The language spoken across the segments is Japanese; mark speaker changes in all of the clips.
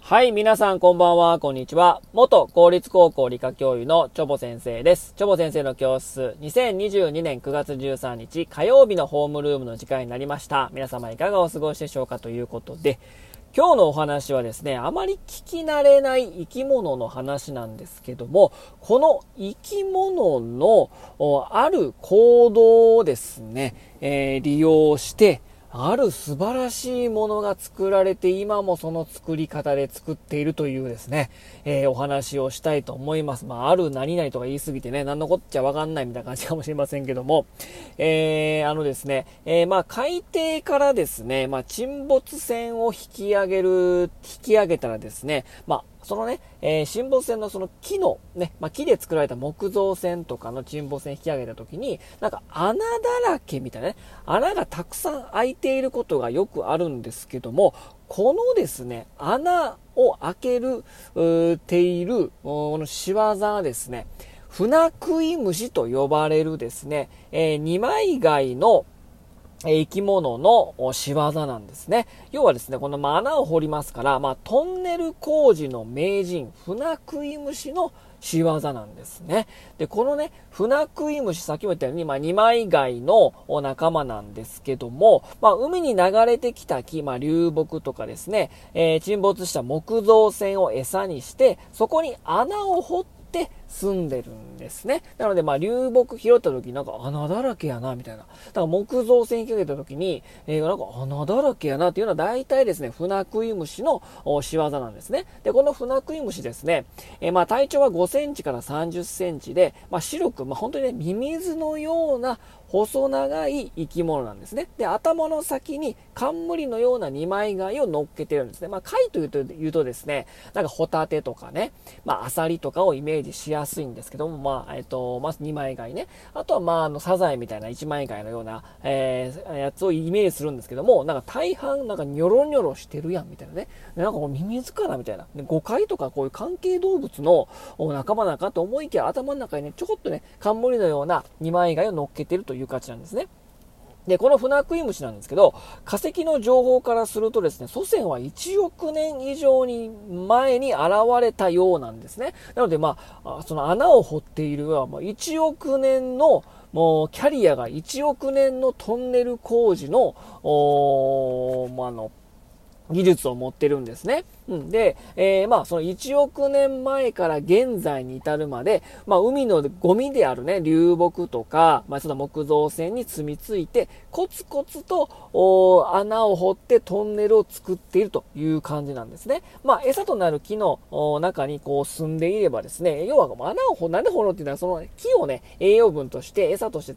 Speaker 1: はい、皆さんこんばんは、こんにちは。元公立高校理科教諭のチョボ先生です。チョボ先生の教室、2022年9月13日火曜日のホームルームの時間になりました。皆様いかがお過ごしでしょうかということで、今日のお話はですね、あまり聞き慣れない生き物の話なんですけども、この生き物のある行動をですね、利用して、ある素晴らしいものが作られて今もその作り方で作っているというですね、お話をしたいと思います。ある何々とか言い過ぎてね、何のこっちゃわかんないみたいな感じかもしれませんけども、ですね、海底からですね、沈没船を引き上げたらですね、そのね、沈没船のその木のね、木で作られた木造船とかの沈没船引き上げた時に、なんか穴だらけみたいなね、穴がたくさん開いていることがよくあるんですけども、このですね、穴を開けている、この仕業がですね、船食い虫と呼ばれるですね、二枚貝の生き物の仕業なんですね。要はですね、この穴を掘りますから、トンネル工事の名人、船食い虫の仕業なんですね。で、このね、船食い虫、さっきも言ったように、二枚貝の仲間なんですけども、海に流れてきた木、流木とかですね、沈没した木造船を餌にして、そこに穴を掘って住んでるんですね。なので、流木拾った時なんか穴だらけやな、みたいな。だから木造船引き上げた時に、なんか穴だらけやなっていうのは大体ですね、船食い虫の仕業なんですね。で、この船食い虫ですね、体長は5センチから30センチで、白く、本当にね、ミミズのような細長い生き物なんですね。で、頭の先に冠のような二枚貝を乗っけてるんですね。貝というとですね、なんかホタテとかね、アサリとかをイメージしやすいんですけども、二枚貝ね。あとは、サザエみたいな一枚貝のような、やつをイメージするんですけども、なんか大半なんかニョロニョロしてるやんみたいなね。なんかミミズかなみたいな。ゴカイとかこういう関係動物の仲間なんかと思いきや、頭の中にね、ちょこっとね、冠のような二枚貝を乗っけてるという感じなんですね。で、この船食い虫なんですけど、化石の情報からするとですね、祖先は1億年以上に前に現れたようなんですね。なので、その穴を掘っているは、1億年の、もうキャリアが1億年のトンネル工事の、技術を持ってるんですね。で、その1億年前から現在に至るまで、海のゴミであるね、流木とか、その木造船に積み付いて、コツコツと穴を掘ってトンネルを作っているという感じなんですね。餌となる木の中にこう住んでいればですね、要はなんで掘ろうっていうのは、その木をね、栄養分として、餌として、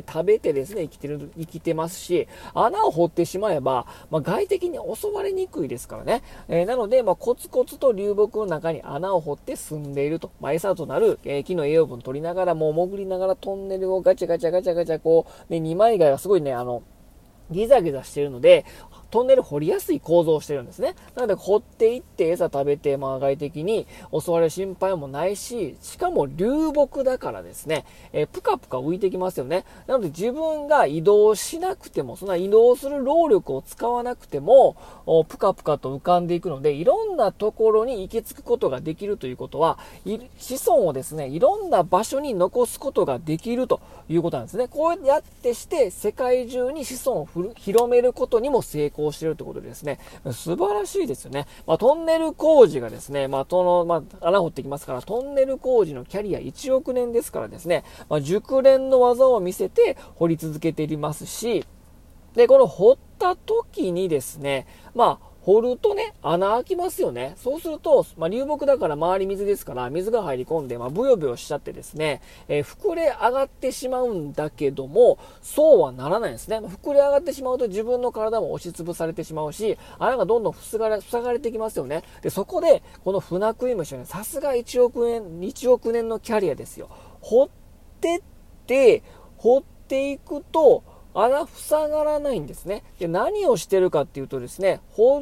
Speaker 1: 食べてですね、生きてますし、穴を掘ってしまえば、外敵に襲われにくいですからね。なので、コツコツと流木の中に穴を掘って住んでいると。餌となる、木の栄養分取りながら、もう潜りながらトンネルをガチャガチャガチャガチャ、こう、ね、二枚貝がすごいね、ギザギザしているので、トンネル掘りやすい構造をしてるんですね。なので、掘っていって餌食べて、外的に襲われる心配もないし、しかも流木だからですね、ぷかぷか浮いてきますよね。なので、自分が移動しなくても、そんな移動する労力を使わなくても、ぷかぷかと浮かんでいくので、いろんなところに行き着くことができるということは、子孫をですね、いろんな場所に残すことができるということなんですね。こうやってして、世界中に子孫を広めることにも成功しているということでですね、素晴らしいですよね。トンネル工事がですね、穴掘ってきますから、トンネル工事のキャリア1億年ですからですね、熟練の技を見せて掘り続けていますし、で、この掘った時にですね、掘るとね、穴開きますよね。そうすると、流木だから周り水ですから、水が入り込んで、ブヨブヨしちゃってですね、膨れ上がってしまうんだけども、そうはならないんですね。膨れ上がってしまうと自分の体も押しつぶされてしまうし、穴がどんどん塞がれてきますよね。で、そこで、この船食い虫はね、さすが1億年のキャリアですよ。掘っていくと、穴塞がらないんですね。で、何をしてるかっていうとですね、掘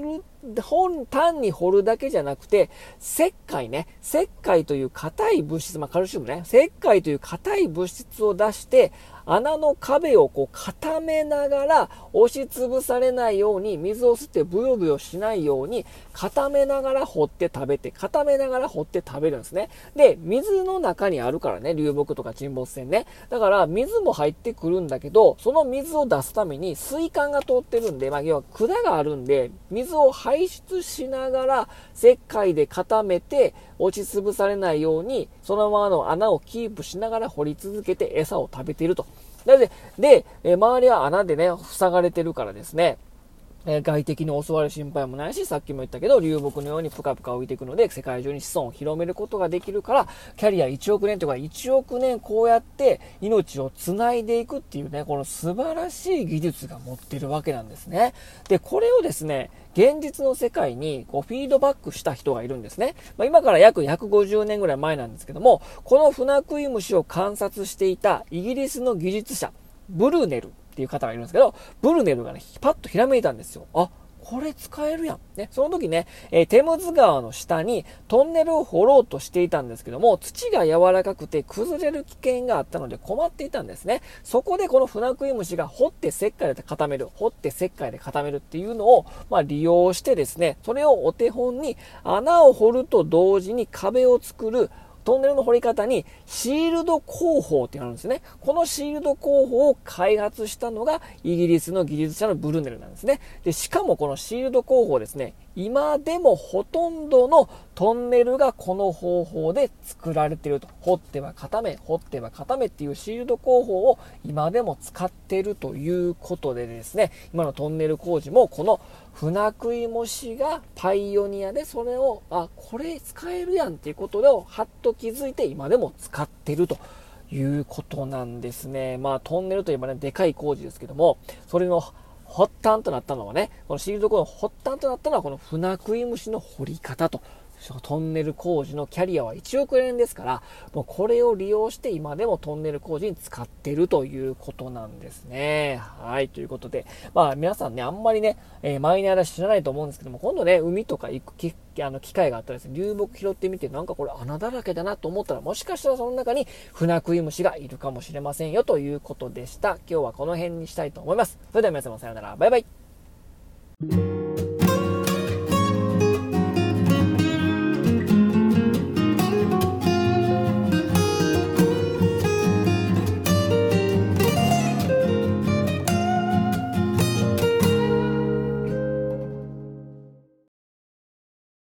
Speaker 1: 単に掘るだけじゃなくて、石灰ね、石灰という硬い物質、カルシウムね、石灰という硬い物質を出して、穴の壁を固めながら、押しつぶされないように、水を吸ってブヨブヨしないように、固めながら掘って食べて、固めながら掘って食べるんですね。で、水の中にあるからね、流木とか沈没船ね。だから、水も入ってくるんだけど、その水を出すために水管が通ってるんで、要は管があるんで、水を排出しながら、石灰で固めて、落ちつぶされないように、そのままの穴をキープしながら掘り続けて餌を食べていると。で、周りは穴でね、塞がれてるからですね、外敵に襲われる心配もないし、さっきも言ったけど、流木のようにプカプカ浮いていくので、世界中に子孫を広めることができるから、キャリア1億年とか1億年こうやって命を繋いでいくっていうね、この素晴らしい技術が持ってるわけなんですね。で、これをですね、現実の世界にフィードバックした人がいるんですね。今から約150年ぐらい前なんですけども、このフナクイムシを観察していたイギリスの技術者、ブルネルっていう方がいるんですけど、ブルネルがね、パッとひらめいたんですよ。あ、これ使えるやん。ね、その時ね、テムズ川の下にトンネルを掘ろうとしていたんですけども、土が柔らかくて崩れる危険があったので困っていたんですね。そこでこのフナクイムシが掘って石灰で固める、掘って石灰で固めるっていうのを、利用してですね、それをお手本に穴を掘ると同時に壁を作るトンネルの掘り方にシールド工法っていうのがあるんですね。このシールド工法を開発したのがイギリスの技術者のブルネルなんですね。で、しかもこのシールド工法ですね、今でもほとんどのトンネルがこの方法で作られていると。掘っては固め、掘っては固めっていうシールド工法を今でも使っているということでですね、今のトンネル工事もこのフナクイモシがパイオニアでそれを、これ使えるやんっていうことではっと気づいて今でも使っているということなんですね。トンネルといえばね、でかい工事ですけども、それの発端となったのはね、このシールド工事の発端となったのはこのフナクイムシの掘り方と。トンネル工事のキャリアは1億円ですから、もうこれを利用して今でもトンネル工事に使っているということなんですね。はい、ということで、皆さんね、あんまりね、マイナーで知らないと思うんですけども、今度ね、海とか行く機会があったらですね、流木拾ってみて、なんかこれ穴だらけだなと思ったら、もしかしたらその中にフナクイムシがいるかもしれませんよということでした。今日はこの辺にしたいと思います。それでは皆様さようなら。バイバイ。